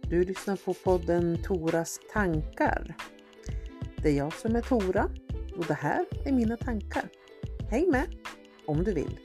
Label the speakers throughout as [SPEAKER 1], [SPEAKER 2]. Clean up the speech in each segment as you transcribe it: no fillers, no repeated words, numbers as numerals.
[SPEAKER 1] Du lyssnar på podden Toras tankar. Det är jag som är Tora och det här är mina tankar. Häng med om du vill.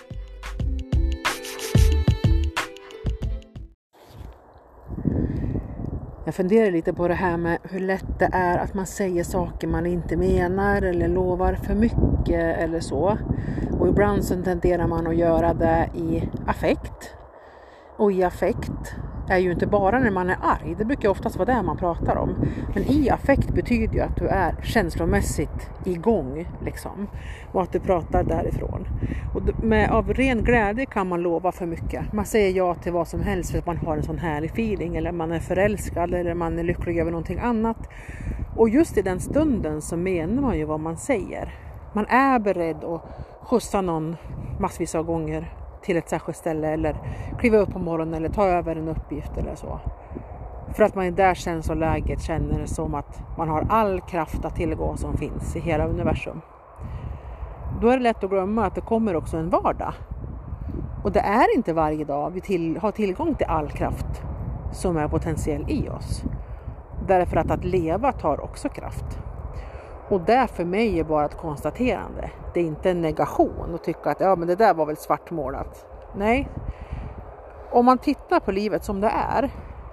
[SPEAKER 1] Jag funderar lite på det här med hur lätt det är att man säger saker man inte menar eller lovar för mycket eller så. Och ibland så tenderar man att göra det i affekt. Och i affekt är ju inte bara när man är arg. Det brukar oftast vara det man pratar om. Men i affekt betyder ju att du är känslomässigt igång. Liksom. Och att du pratar därifrån. Och av ren glädje kan man lova för mycket. Man säger ja till vad som helst för att man har en sån här feeling. Eller man är förälskad eller man är lycklig över någonting annat. Och just i den stunden så menar man ju vad man säger. Man är beredd att skjutsa någon massvis av gånger till ett särskilt ställe eller kliva upp på morgonen eller ta över en uppgift eller så. För att man i det känsloläget känner det som att man har all kraft att tillgå som finns i hela universum. Då är det lätt att glömma att det kommer också en vardag. Och det är inte varje dag vi har tillgång till all kraft som är potentiell i oss. Därför att leva tar också kraft. Och det för mig är bara ett konstaterande. Det är inte en negation och tycka att men det där var väl svartmålat. Nej. Om man tittar på livet som det är.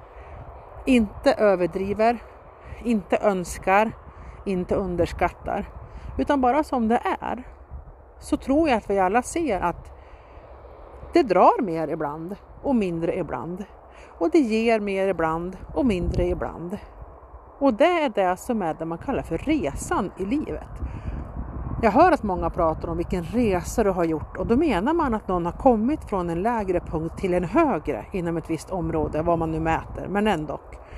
[SPEAKER 1] Inte överdriver. Inte önskar. Inte underskattar. Utan bara som det är. Så tror jag att vi alla ser att det drar mer ibland och mindre ibland. Och det ger mer ibland och mindre ibland. Och det är det som är det man kallar för resan i livet. Jag hör att många pratar om vilken resa du har gjort. Och då menar man att någon har kommit från en lägre punkt till en högre inom ett visst område. Vad man nu mäter. Men ändå.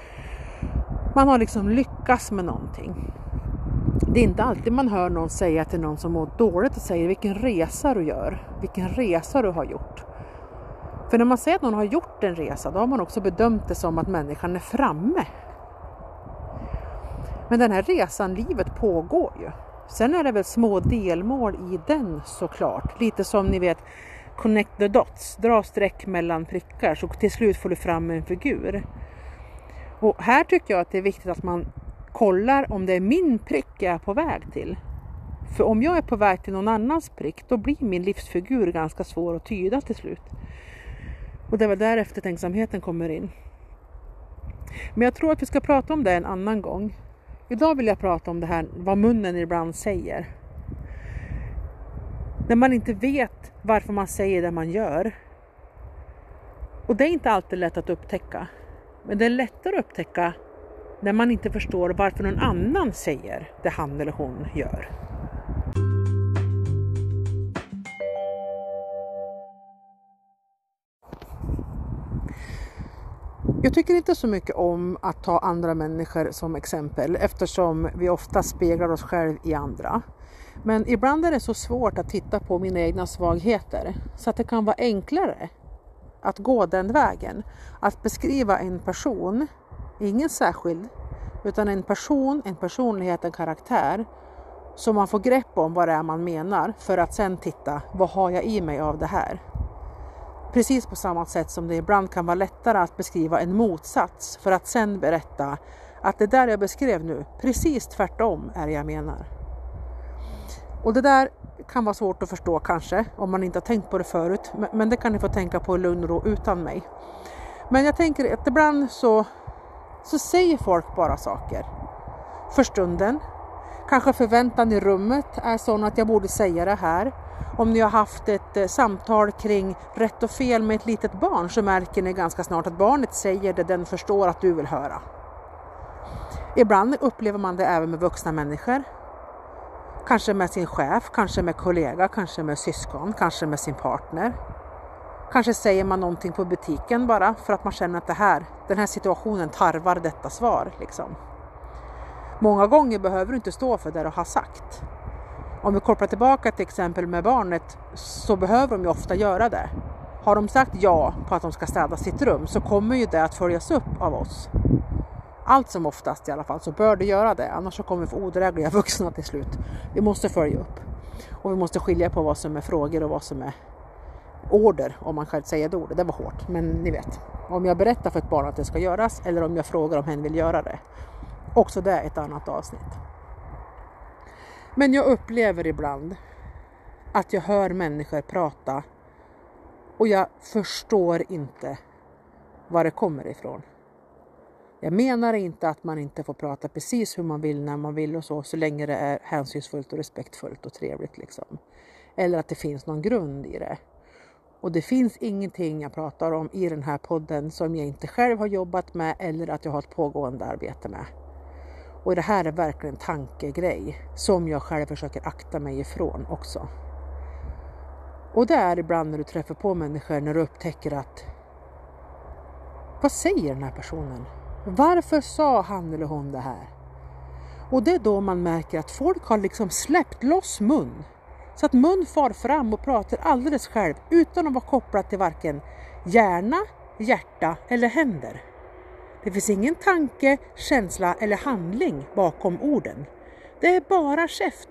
[SPEAKER 1] Man har liksom lyckats med någonting. Det är inte alltid man hör någon säga till någon som mår dåligt och säger vilken resa du gör. Vilken resa du har gjort. För när man säger att någon har gjort en resa. Då har man också bedömt det som att människan är framme. Men den här resan, livet pågår ju. Sen är det väl små delmål i den såklart. Lite som ni vet, connect the dots. Dra streck mellan prickar så till slut får du fram en figur. Och här tycker jag att det är viktigt att man kollar om det är min prick jag är på väg till. För om jag är på väg till någon annans prick, då blir min livsfigur ganska svår att tyda till slut. Och det var där eftertänksamheten kommer in. Men jag tror att vi ska prata om det en annan gång. Idag vill jag prata om det här, vad munnen ibland säger. När man inte vet varför man säger det man gör. Och det är inte alltid lätt att upptäcka. Men det är lättare att upptäcka när man inte förstår varför någon annan säger det han eller hon gör. Jag tycker inte så mycket om att ta andra människor som exempel eftersom vi ofta speglar oss själv i andra. Men ibland är det så svårt att titta på mina egna svagheter så att det kan vara enklare att gå den vägen. Att beskriva en person, ingen särskild, utan en person, en personlighet, en karaktär så man får grepp om vad det är man menar för att sen titta, vad har jag i mig av det här? Precis på samma sätt som det ibland kan vara lättare att beskriva en motsats för att sen berätta att det där jag beskrev nu, precis tvärtom är det jag menar. Och det där kan vara svårt att förstå kanske om man inte har tänkt på det förut, men det kan ni få tänka på i lugn och ro utan mig. Men jag tänker att ibland så säger folk bara saker för stunden. Kanske förväntan i rummet är sån att jag borde säga det här. Om ni har haft ett samtal kring rätt och fel med ett litet barn så märker ni ganska snart att barnet säger det den förstår att du vill höra. Ibland upplever man det även med vuxna människor. Kanske med sin chef, kanske med kollega, kanske med syskon, kanske med sin partner. Kanske säger man någonting på butiken bara för att man känner att den här situationen tarvar detta svar. Liksom. Många gånger behöver du inte stå för det du har sagt. Om vi kopplar tillbaka till exempel med barnet så behöver de ju ofta göra det. Har de sagt ja på att de ska städa sitt rum så kommer ju det att följas upp av oss. Allt som oftast i alla fall så bör det göra det. Annars så kommer vi få odrägliga vuxna till slut. Vi måste följa upp. Och vi måste skilja på vad som är frågor och vad som är order, om man själv säger det ordet. Det var hårt, men ni vet. Om jag berättar för ett barn att det ska göras eller om jag frågar om hen vill göra det. Också det är ett annat avsnitt. Men jag upplever ibland att jag hör människor prata och jag förstår inte var det kommer ifrån. Jag menar inte att man inte får prata precis hur man vill när man vill och så länge det är hänsynsfullt och respektfullt och trevligt liksom. Eller att det finns någon grund i det. Och det finns ingenting jag pratar om i den här podden som jag inte själv har jobbat med eller att jag har ett pågående arbete med. Och det här är verkligen en tankegrej som jag själv försöker akta mig ifrån också. Och det är ibland när du träffar på människor när du upptäcker att vad säger den här personen? Varför sa han eller hon det här? Och det är då man märker att folk har liksom släppt loss mun. Så att mun far fram och pratar alldeles själv utan att vara kopplad till varken hjärna, hjärta eller händer. Det finns ingen tanke, känsla eller handling bakom orden. Det är bara käft.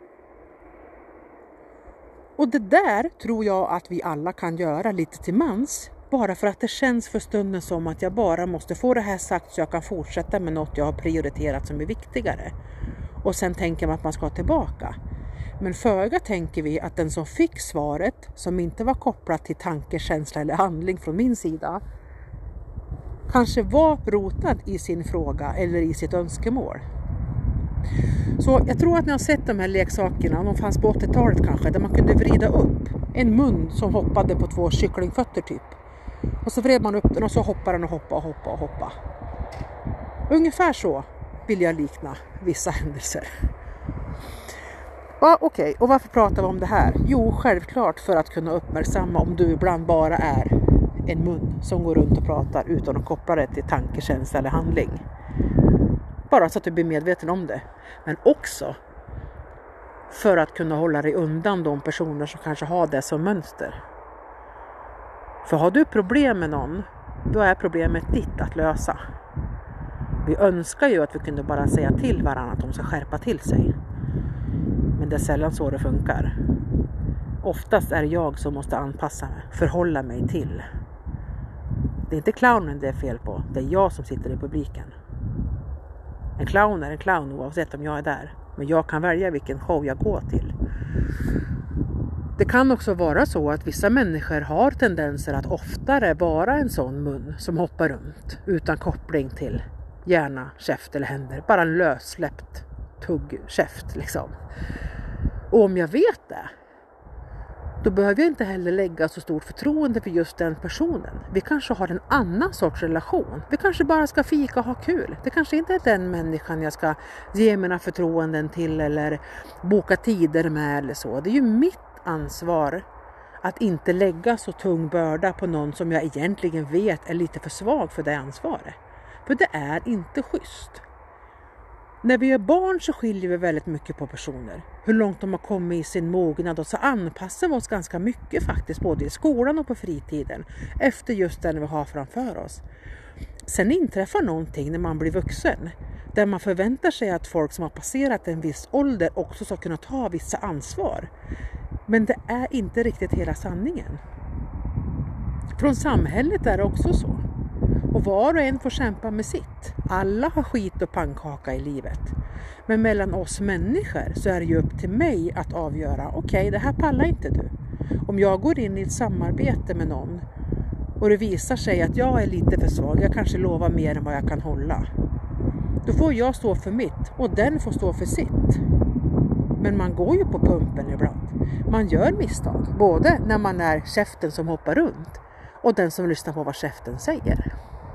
[SPEAKER 1] Och det där tror jag att vi alla kan göra lite till mans. Bara för att det känns för stunden som att jag bara måste få det här sagt så jag kan fortsätta med något jag har prioriterat som är viktigare. Och sen tänker man att man ska tillbaka. Men föga tänker vi att den som fick svaret, som inte var kopplat till tanke, känsla eller handling från min sida, kanske var rotad i sin fråga eller i sitt önskemål. Så jag tror att ni har sett de här leksakerna, de fanns på 80-talet kanske, där man kunde vrida upp en mun som hoppade på 2 kycklingfötter typ. Och så vred man upp den och så hoppar den och hoppa. Ungefär så vill jag likna vissa händelser. Ja, okej. Och varför pratar vi om det här? Jo, självklart för att kunna uppmärksamma om du ibland bara är en mun som går runt och pratar utan att koppla det till tanke, känsla eller handling. Bara så att du blir medveten om det. Men också för att kunna hålla dig undan de personer som kanske har det som mönster. För har du problem med någon, då är problemet ditt att lösa. Vi önskar ju att vi kunde bara säga till varandra att de ska skärpa till sig. Men det är sällan så det funkar. Oftast är det jag som måste anpassa mig, förhålla mig till. Det är inte clownen det är fel på, det är jag som sitter i publiken. En clown är en clown oavsett om jag är där. Men jag kan välja vilken show jag går till. Det kan också vara så att vissa människor har tendenser att oftare vara en sån mun som hoppar runt utan koppling till hjärna, käft eller händer. Bara en lössläppt tuggkäft liksom. Och om jag vet det, då behöver jag inte heller lägga så stort förtroende för just den personen. Vi kanske har en annan sorts relation. Vi kanske bara ska fika och ha kul. Det kanske inte är den människan jag ska ge mina förtroenden till eller boka tider med eller så. Det är ju mitt ansvar att inte lägga så tung börda på någon som jag egentligen vet är lite för svag för det ansvaret. För det är inte schysst. När vi är barn så skiljer vi väldigt mycket på personer. Hur långt de har kommit i sin mognad och så anpassar vi oss ganska mycket faktiskt både i skolan och på fritiden efter just den vi har framför oss. Sen inträffar någonting när man blir vuxen där man förväntar sig att folk som har passerat en viss ålder också ska kunna ta vissa ansvar. Men det är inte riktigt hela sanningen. Från samhället är det också så. Och var och en får kämpa med sitt. Alla har skit och pannkaka i livet. Men mellan oss människor så är det ju upp till mig att avgöra. Okej, det här pallar inte du. Om jag går in i ett samarbete med någon och det visar sig att jag är lite för svag. Jag kanske lovar mer än vad jag kan hålla. Då får jag stå för mitt och den får stå för sitt. Men man går ju på pumpen ibland. Man gör misstag. Både när man är käften som hoppar runt och den som lyssnar på vad käften säger.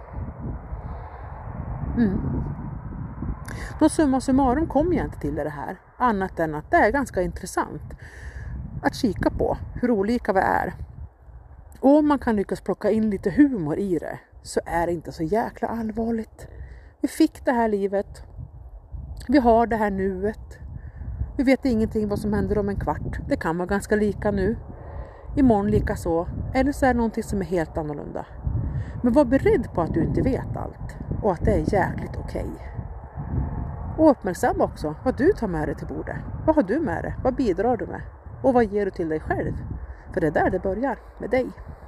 [SPEAKER 1] Då summa summarum kommer jag inte till det här. Annat än att det är ganska intressant att kika på hur olika vi är. Och om man kan lyckas plocka in lite humor i det så är det inte så jäkla allvarligt. Vi fick det här livet. Vi har det här nuet. Vi vet ingenting vad som händer om en kvart. Det kan vara ganska lika nu. Imorgon lika så. Eller så är det någonting som är helt annorlunda. Men var beredd på att du inte vet allt. Och att det är jäkligt okej. Och uppmärksamma också vad du tar med dig till bordet. Vad har du med dig? Vad bidrar du med? Och vad ger du till dig själv? För det är där det börjar, med dig.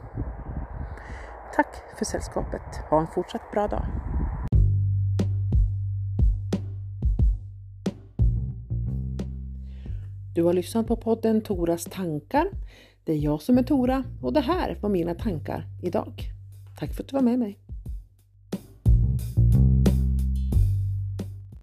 [SPEAKER 1] Tack för sällskapet. Ha en fortsatt bra dag. Du har lyssnat på podden Toras tankar. Det är jag som är Tora och det här var mina tankar idag. Tack för att du var med mig.